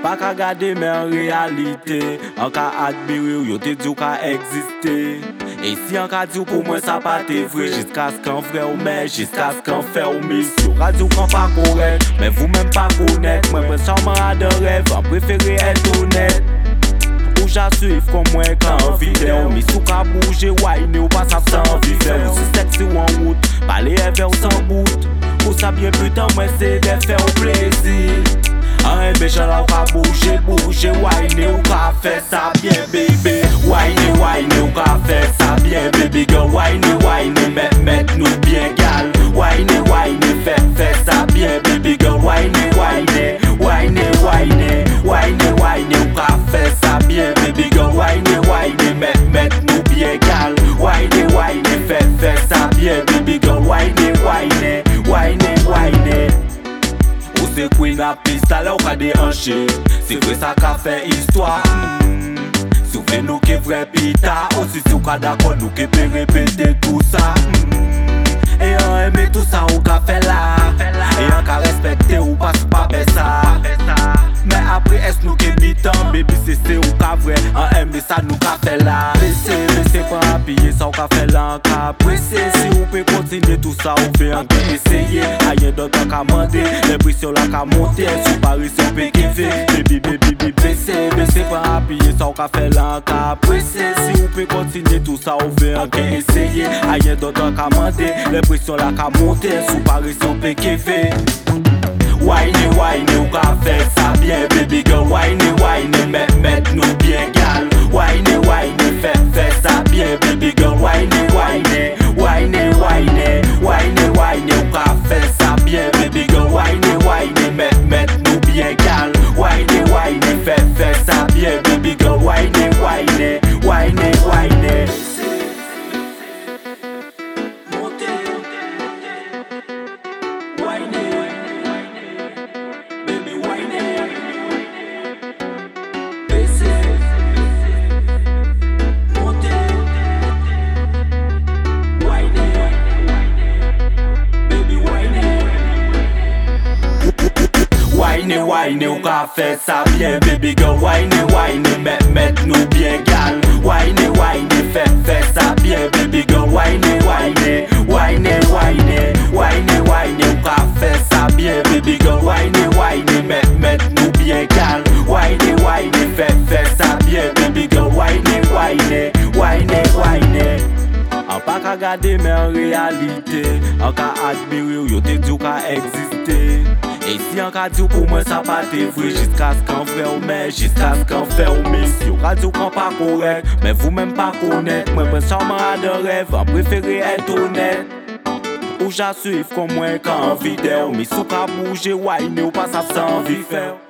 pas qu'à garder mais en réalité, en cas admirer yo te dit qu'à exister. Et si en cas dit pour moi ça pas t'est vrai, jusqu'à ce qu'on vrai ou mais jusqu'à ce qu'on fait ou mission. Radio qu'on pas correct, mais vous même pas connaître. Moi moi seulement à de rêve, en préféré être honnête. Ou j'assuive comme moi quand vidéo, mais sous qu'à bouger, wine ou pas ça sans vivre. Ou si sexy ou en route, parler vers sans bout. Ou ça bien putain, moi c'est de faire au plaisir. Un méchant là qu'à bouger, wine ou qu'à faire ça bien baby. Wine ou qu'à faire ça bien baby girl. Wine, met nous bien gal. Wine, fait ça bien baby girl. Wine ou qu'à faire ça bien baby girl. Wine, met nous bien gal. Wine, fait ça bien baby girl. Wine. Ou c'est queen à piste à l'heure qu'a déhanché. C'est vrai ça qu'a fait histoire. Souvenez-nous que vrai pita. Aussi si vous qu'a d'accord nous que peut répéter tout ça. Et on aime tout ça ou qu'a fait là. Et on qu'a respecté ou pas faire ça. Mais après est-ce nous qui mi-temps baby c'est ou qu'a vrai. On aime ça nous qu'a fait là. Laissez pas appuyer ça ou qu'a fait là. Qu'a pressé si vous pouvez continuer tout ça ou fait en essayer. Rien d'autre qu'à demander. Les pressions là qu'à monter. Sous Paris c'est un peu qui fait. Baby baissez pas appuyer ça ou qu'a fait là. Qu'a pressé si vous pouvez continuer tout ça ou fait en essayer. Rien d'autre qu'à demander. Les pressions là qu'à monter. Sous Paris c'est un peu qui fait. Wine ou qu'a fait ça bien baby girl. Wine, met nous bien gal. Wine, fait ça bien baby girl. Wine ou qu'a fait ça bien baby girl. Wine, met nous bien gal. Wine, fait ça bien baby girl. Wine. Wine ou qu'a fait ça bien baby girl. Wine, met nous bien gal. Wine, fait ça bien baby girl. Wine ou qu'a fait ça bien baby girl. Wine, met nous bien gal. Wine, fait ça bien baby girl. Wine. En pas qu'à garder mais en réalité, en qu'à admirer yo te dit qu'à exister. Et si en cas dit pour moi ça pas t'est vrai, jusqu'à ce qu'on fait ou mais jusqu'à ce qu'on fait ou mission. Radio qu'on pas correct, mais vous même pas connaître. Moi seulement à de rêve, en préféré être honnête. Ou j'assuive comme moi quand vidéo, mais sous qu'à bouger, wine ou pas ça sans vie faire.